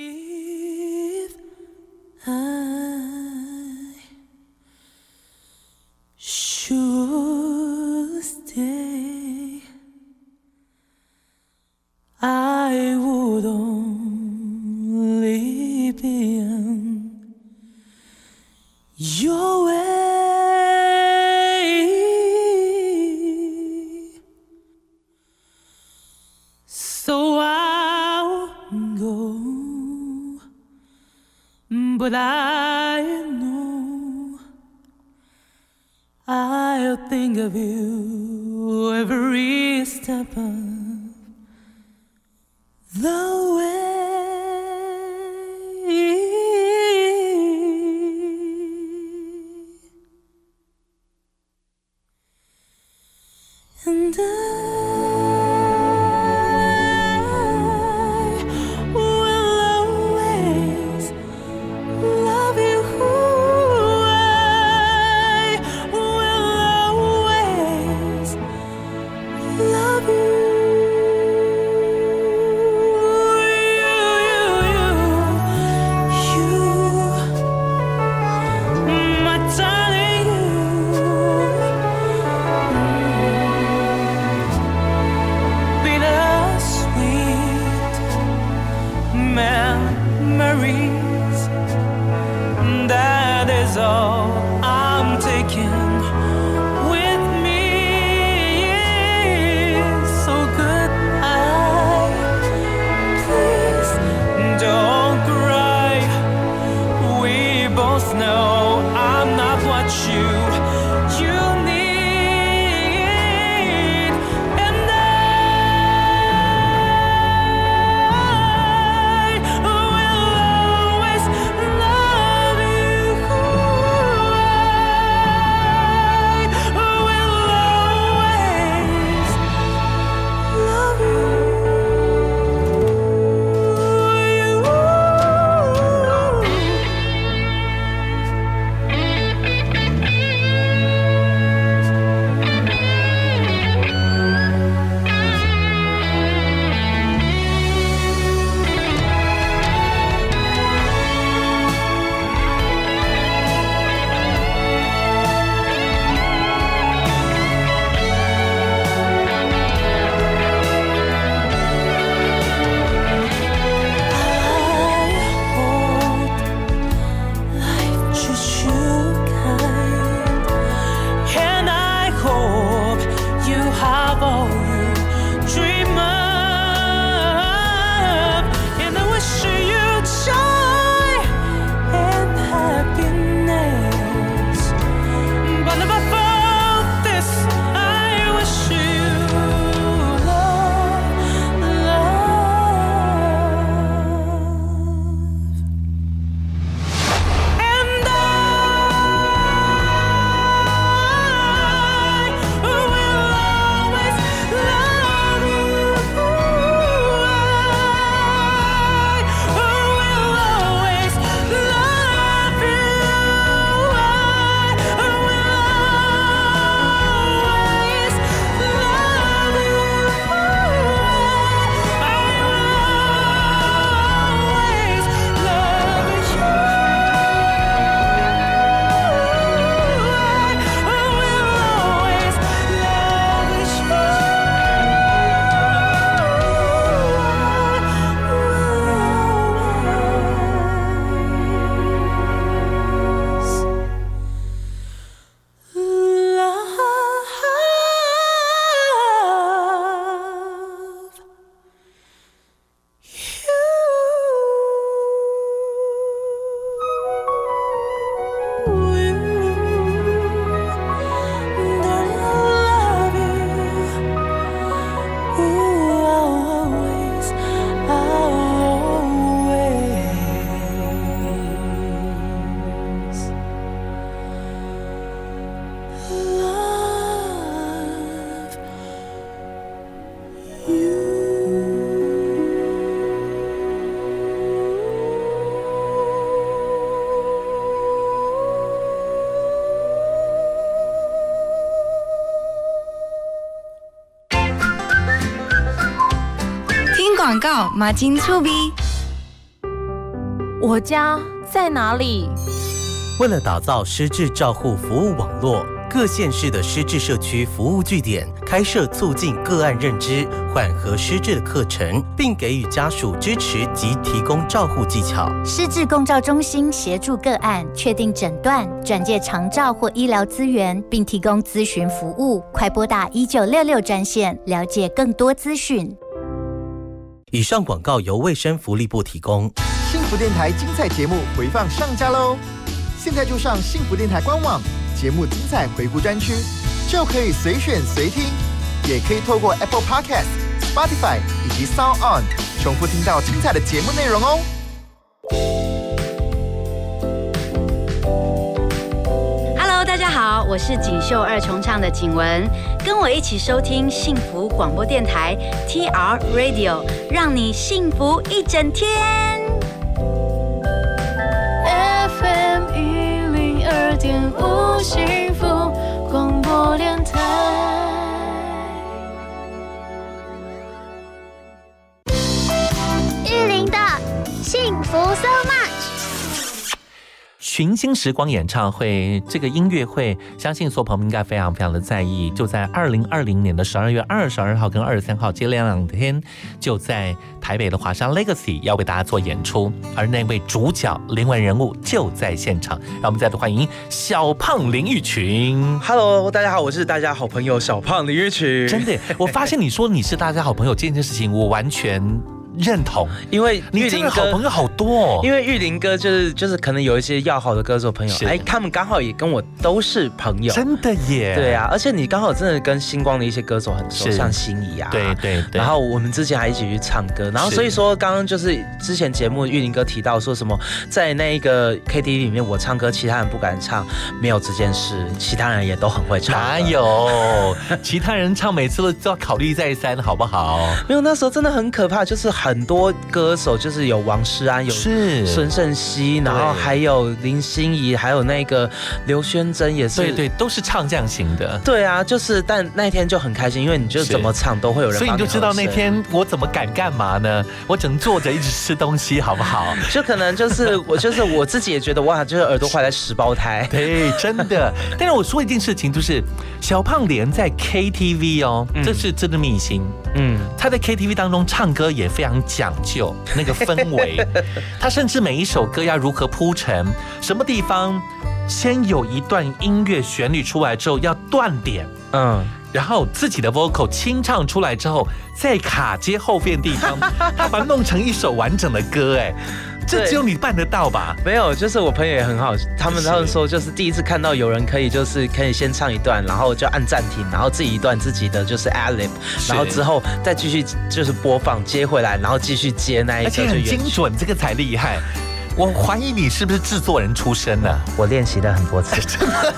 Should stay, I would only be in your way. So I'll go, but I know I'll think of you every step of the way. is all I'm taking with me. So goodbye, please don't cry. We both know I'm not what you need, and I will always love you. I will always love you. And I hope you have all you dream of. And I wish you joy and happiness. But above all this, I wish you love. And I will always love you. I will always love you. I will always love you. I 听广告，马金醋逼。 我家在哪里？ 为了打造失智照护服务网络，各县市的失智社区服务据点开设促进个案认知、缓和失智的课程，并给予家属支持及提供照护技巧。 失智共照中心协助个案确定诊断、转介长照或医疗资源，并提供咨询服务。快拨打1966专线，了解更多资讯。 以上广告由卫生福利部提供。 幸福电台精彩节目回放上架喽！现在就上幸福电台官网节目精彩回顾专区，就可以随选随听，也可以透过 Apple Podcast、Spotify 以及 Sound On 重复听到精彩的节目内容哦。 大家好，我是锦绣二重唱的景文，跟我一起收听幸福广播电台 TR Radio， 让你幸福一整天。 FM 102.5幸福广播电台。 玉林的幸福 so much。 群星时光演唱会这个音乐会，相信所有朋友们应该非常非常的在意。就在2020年的12月22号跟23号接连2天，就在台北的华山 Legacy 要为大家做演出，而那位主角灵魂人物就在现场。让我们再度欢迎小胖林玉群。 Hello， 大家好，我是大家好朋友小胖林玉群。 真的，我发现你说你是大家好朋友这件事情，我完全认同， 因为你真的好朋友好多哦。 因为玉林哥就是可能有一些要好的歌手朋友，他们刚好也跟我都是朋友， 真的耶。 对啊，而且你刚好真的跟星光的一些歌手很熟，像心仪啊， 对。 然后我们之前还一起去唱歌，然后所以说刚刚就是之前节目玉林哥提到说什么，在那个 KTV 里面我唱歌，其他人不敢唱，没有这件事，其他人也都很会唱。 哪有？其他人唱每次都要考虑再三，好不好？ 没有，那时候真的很可怕，就是很多歌手，就是有王诗安，有孙盛希，然后还有林心怡，还有那个刘轩珍也是， 对，都是唱将型的。 对啊，就是但那天就很开心，因为你就怎么唱都会有人帮你， 所以你就知道那天我怎么敢干嘛呢？我只能坐着一直吃东西，好不好？ 就可能就是我自己也觉得哇，就是耳朵怀了10胞胎。 对，真的。但是我说一件事情，就是小胖连在 KTV 哦，这是真的秘辛。他在 KTV 当中唱歌也非常讲究那个氛围，他甚至每一首歌要如何铺陈，什么地方先有一段音乐旋律出来之后要断点，然后自己的 vocal 清唱出来之后再卡接后面地方，他把它弄成一首完整的歌，哎。这只有你办得到吧？ 没有，就是我朋友也很好，他们说就是第一次看到有人可以先唱一段，然后就按暂停，然后自己一段自己的就是 ad-lib， 然后之后再继续就是播放接回来，然后继续接那一个， 而且很精准，这个才厉害。我怀疑你是不是制作人出身呢？ 我练习了很多次，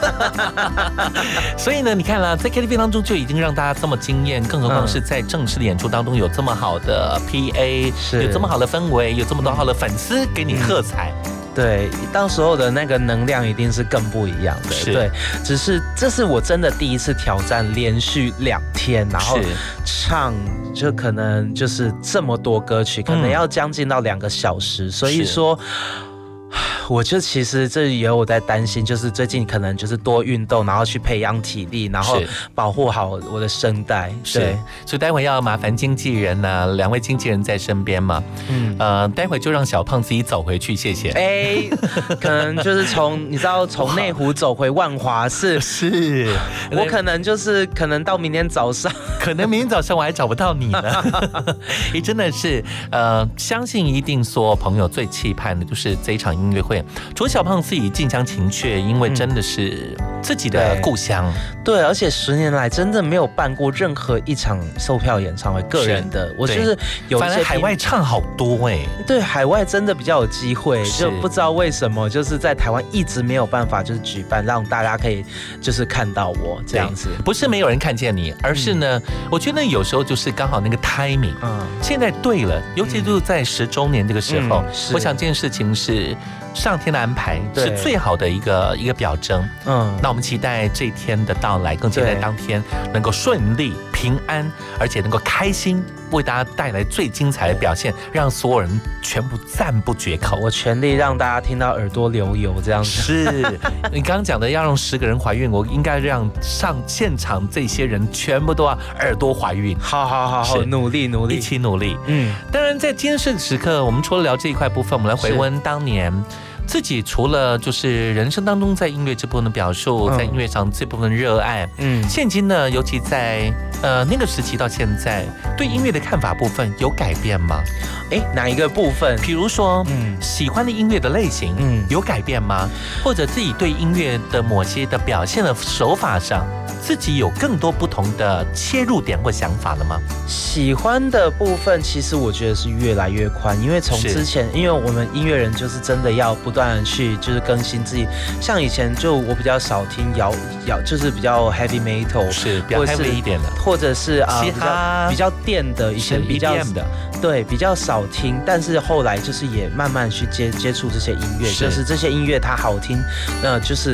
所以呢，你看了在 KTV 当中就已经让大家这么惊艳，更何况是在正式的演出当中有这么好的 PA， 有这么好的氛围，有这么多好的粉丝给你喝彩。 对，到时候的那个能量一定是更不一样的。对，只是这是我真的第一次挑战连续2天，然后唱就可能就是这么多歌曲，可能要将近到2个小时，所以说。我就其实这也有在担心，就是最近可能就是多运动，然后去培养体力，然后保护好我的声带。对， 所以待会要麻烦经纪人呢，2位经纪人在身边嘛。待会就让小胖自己走回去，谢谢。 可能就是你知道从内湖走回万华是，我可能到明天早上， 可能明天早上我还找不到你呢。真的是相信一定所有朋友最期盼的就是这一场音乐会。除了小胖自己近乡情怯，因为真的是自己的故乡， 对，而且10年来真的没有办过任何一场售票演唱会，个人的，我就是有反正海外唱好多对，海外真的比较有机会，就不知道为什么就是在台湾一直没有办法就是举办，让大家可以就是看到我这样子， 不是没有人看见你，而是呢，我觉得有时候就是刚好那个 timing，现在对了，尤其就是在10周年这个时候，我想这件事情是。上天的安排是最好的一个表征。那我们期待这一天的到来，更期待当天能够顺利、平安，而且能够开心，为大家带来最精彩的表现，让所有人全部赞不绝口。 我全力让大家听到耳朵流油这样子。 是你刚刚讲的要让10个人怀孕，我应该让上现场这些人全部都要耳朵怀孕。 好，努力， 一起努力。当然在今天时刻，我们除了聊这一块部分，我们来回温当年。自己除了就是人生当中在音乐这部分的表述，在音乐上这部分的热爱，现今呢，尤其在那个时期到现在，对音乐的看法部分有改变吗？ 哪一个部分？ 比如说，喜欢的音乐的类型，有改变吗？或者自己对音乐的某些的表现的手法上，自己有更多不同的切入点或想法了吗？ 喜欢的部分，其实我觉得是越来越宽，因为从之前，因为我们音乐人就是真的要不断的去就是更新自己，像以前就我比较少听就是比较 heavy metal， 是比较 heavy 一点的， 或者是比较电的，以前比较 EDM 的， 对，比较少听，但是后来就是也慢慢去接触这些音乐，是就是这些音乐它好听，就是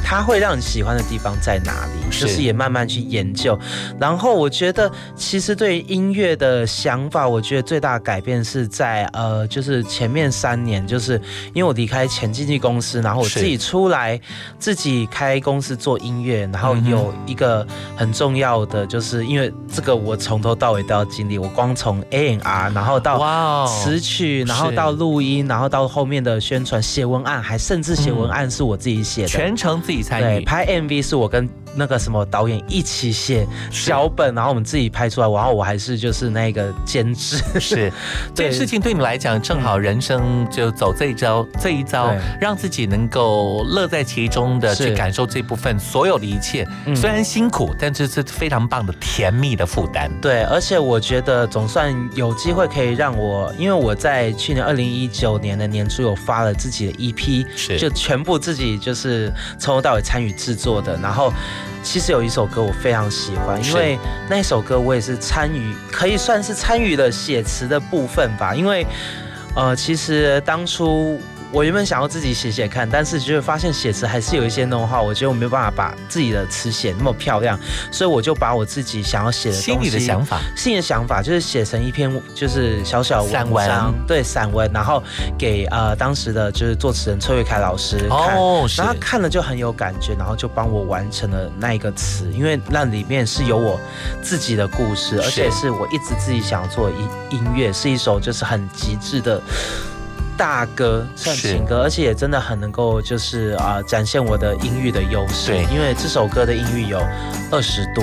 它会让你喜欢的地方在哪里，就是也慢慢去研究。然后我觉得其实对于音乐的想法，我觉得最大的改变是在就是前面3年，就是因为我离开前经纪公司，然后我自己出来自己开公司做音乐，然后有一个很重要的，就是因为这个我从头到尾都要经历，我光从 A&R 然后到词曲，然后到录音，然后到后面的宣传、写文案，还甚至写文案是我自己写的， 全程自己参与。 对，拍 MV 是我跟那个什么导演一起写脚本，然后我们自己拍出来，然后我还是就是那个监制。是， 这件事情对你来讲，正好人生就走这一遭，让自己能够乐在其中的去感受这部分所有的一切。虽然辛苦，但这是非常棒的甜蜜的负担。 对，而且我觉得总算有机会可以让我，因为我在去年2019年的年初有发了自己的 EP， 就全部自己就是从头到尾参与制作的。然后其实有一首歌我非常喜欢，因为那首歌我也是可以算是参与了写词的部分吧。因为其实当初我原本想要自己写看，但是就发现写词还是有一些弄话，我觉得我没有办法把自己的词写那么漂亮，所以我就把我自己想要写的东西，心里的想法就是写成一篇就是小小文章，对，散文，然后给当时的就是作词人崔慧凯老师看，然后他看了就很有感觉，然后就帮我完成了那一个词，因为那里面是有我自己的故事，而且是我一直自己想要做的音乐，是一首就是很极致的大歌，算情歌，而且也真的很能够就是展现我的音域的优势。对，因为这首歌的音域有20度，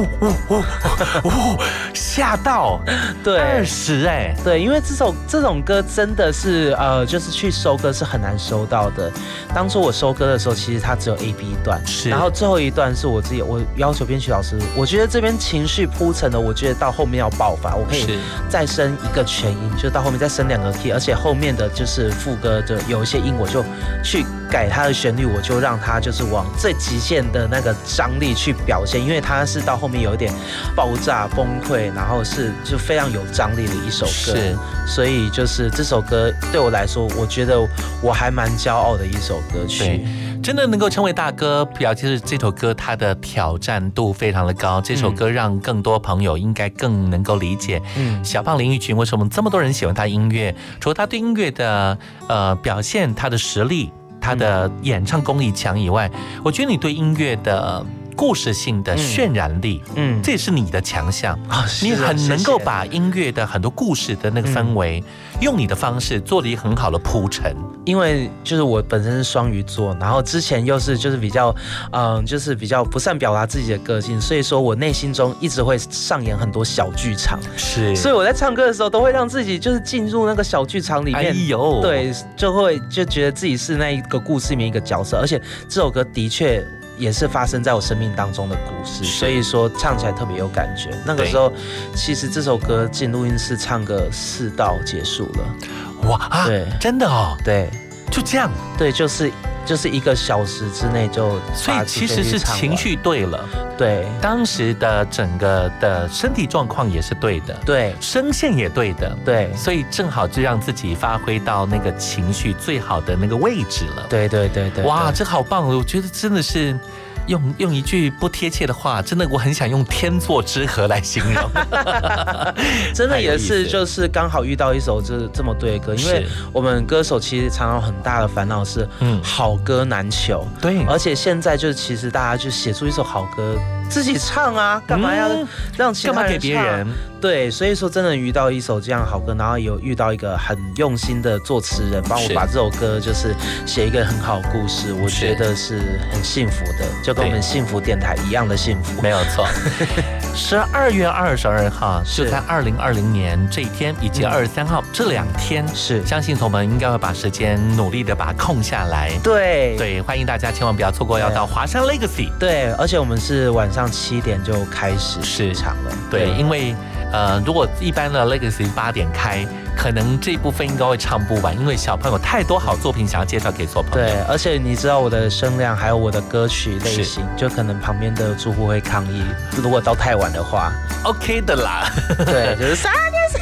吓到， 对 ，20哎， 对，因为这种歌真的是就是去收歌是很难收到的。当初我收歌的时候，其实它只有 A、B 段，然后最后一段是我要求编曲老师，我觉得这边情绪铺陈的，我觉得到后面要爆发，我可以再升一个全音，就到后面再升2个 key， 而且后面的就是副歌的有一些音，我就去改它的旋律，我就让它就是往最极限的那个张力去表现，因为它是到后面有一点爆炸崩溃，然后是就非常有张力的一首歌，所以就是这首歌对我来说，我觉得我还蛮骄傲的一首歌曲。 真的能够成为大歌，表示这首歌它的挑战度非常的高。这首歌让更多朋友应该更能够理解，小胖林育群为什么这么多人喜欢他音乐。除了他对音乐的表现，他的实力，他的演唱功力强以外，我觉得你对音乐的故事性的渲染力，这也是你的强项。你很能够把音乐的很多故事的那个氛围，用你的方式做了一个很好的铺陈。 因为就是我本身是双鱼座，然后之前又是就是比较就是比较不善表达自己的个性，所以说我内心中一直会上演很多小剧场，所以我在唱歌的时候都会让自己就是进入那个小剧场里面，对，就觉得自己是那一个故事里面一个角色，而且这首歌的确也是发生在我生命当中的故事，所以说唱起来特别有感觉。那个时候其实这首歌进录音室唱个4道结束了。 哇，对，真的哦， 对， 就这样， 对，就是1个小时之内就， 所以其实是情绪对了， 对， 当时的整个的身体状况也是对的， 对， 声线也对的， 对， 所以正好就让自己发挥到那个情绪最好的那个位置了。 对， 哇，这好棒！我觉得真的是。用一句不贴切的话，真的我很想用天作之合来形容。 真的也是，就是刚好遇到一首这么对的歌，因为我们歌手其实常常很大的烦恼是，好歌难求。对，而且现在就是其实大家就写出一首好歌，自己唱啊，干嘛要让其他人唱？干嘛给别人？对，所以说真的遇到一首这样好歌，然后有遇到一个很用心的作词人，帮我把这首歌就是写一个很好的故事，我觉得是很幸福的，就跟我们幸福电台一样的幸福。 没有错。12月22号就在2020年这一天，以及23号这2天，相信同们应该会把时间努力的把它空下来。对，欢迎大家千万不要错过，要到华山 Legacy。 对，而且我们是晚上7点就开始场了。 对，因为如果一般的 Legacy 8点开，可能这部分应该会唱不完，因为小朋友太多好作品想要介绍给所有朋友。 对，而且你知道我的声量还有我的歌曲类型，就可能旁边的住户会抗议，如果到太晚的话 ，OK 的啦。 对，就是3点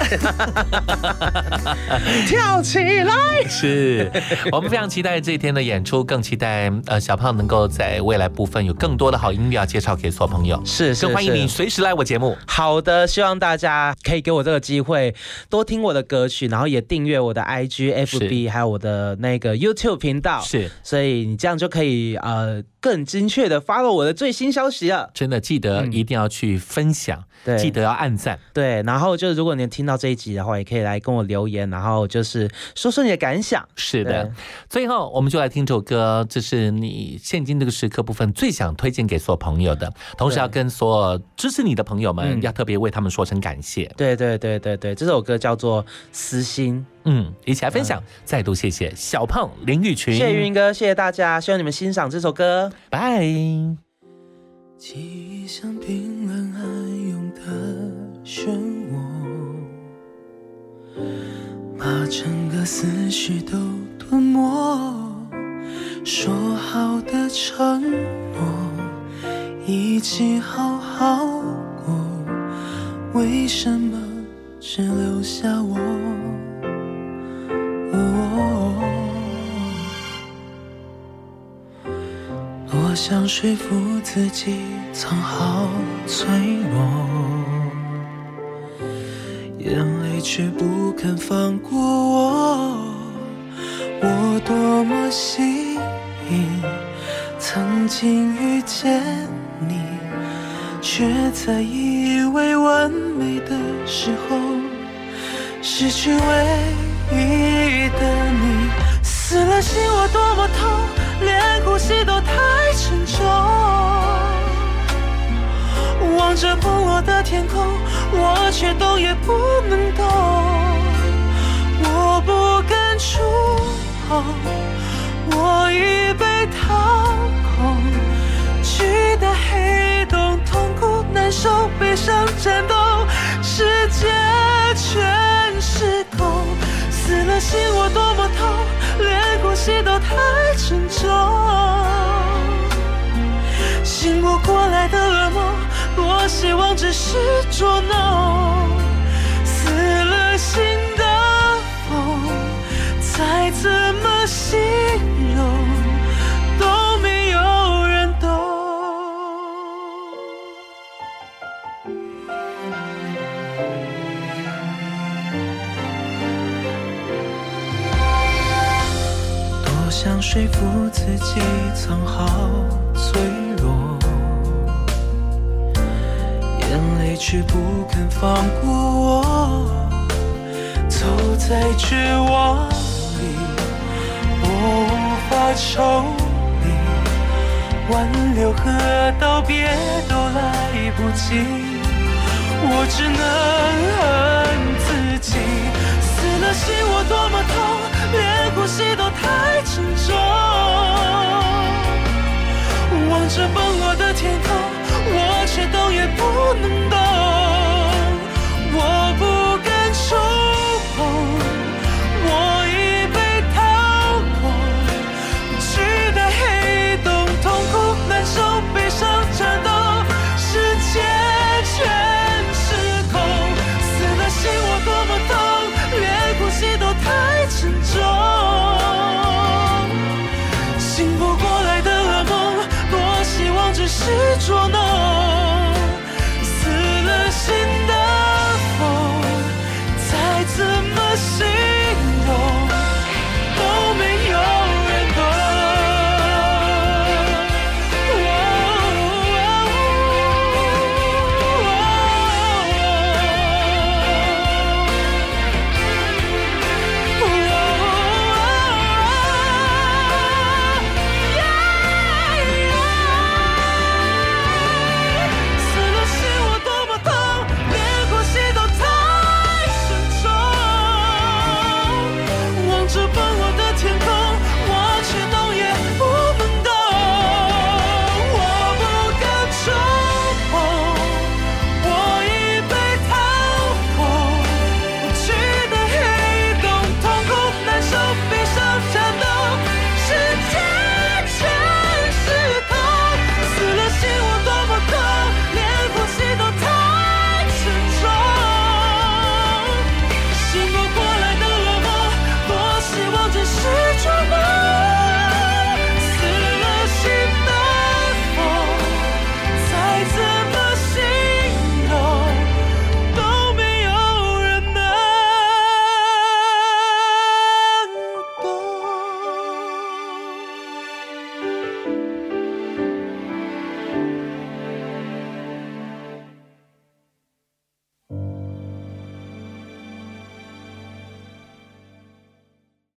跳起来！ 是我们非常期待这一天的演出，更期待小胖能够在未来部分有更多的好音乐要介绍给所有朋友。 是， 更欢迎你随时来我节目。 好的，希望大家可以给我这个机会，多听我的歌曲，然后也订阅我的 IG、FB， 还有我的那个 YouTube 频道。 是， 所以你这样就可以更精确的 follow 我的最新消息了。 真的记得一定要去分享， 对， 记得要按赞。 对，然后就是如果你听到这一集的话，也可以来跟我留言，然后就是说说你的感想。 是的，最后我们就来听这首歌，这是你现今这个时刻部分最想推荐给所有朋友的，同时要跟所有支持你的朋友们，要特别为他们说声感谢。 对，这首歌叫做《私心》。 一起来分享。再度谢谢小胖林玉群， 谢谢云哥，谢谢大家，希望你们欣赏这首歌。 拜。 记忆像冰冷暗涌的漩涡，把整个思绪都吞没。说好的承诺，一起好好过，为什么只留下我？多想说服自己藏好脆弱，眼泪却不肯放过我。我多么幸运，曾经遇见你，却在以为完美的时候失去唯一的你。死了心我多么痛，连呼吸都太沉重。望着崩落的天空，我却动也不能动。我不敢触碰，我已被掏空。巨大黑洞，痛苦难受，悲伤颤抖，世界全失控。死了心我多么痛，连呼吸都太沉重。醒不过来的噩梦，多希望只是捉弄。死了心的风，再怎么形容都没有人懂。多想说服自己藏好脆弱，眼泪却不肯放过我。走在绝望里，我无法抽离，挽留和道别都来不及，我只能恨自己。死了心我多么痛，连呼吸都太沉重。望着崩落的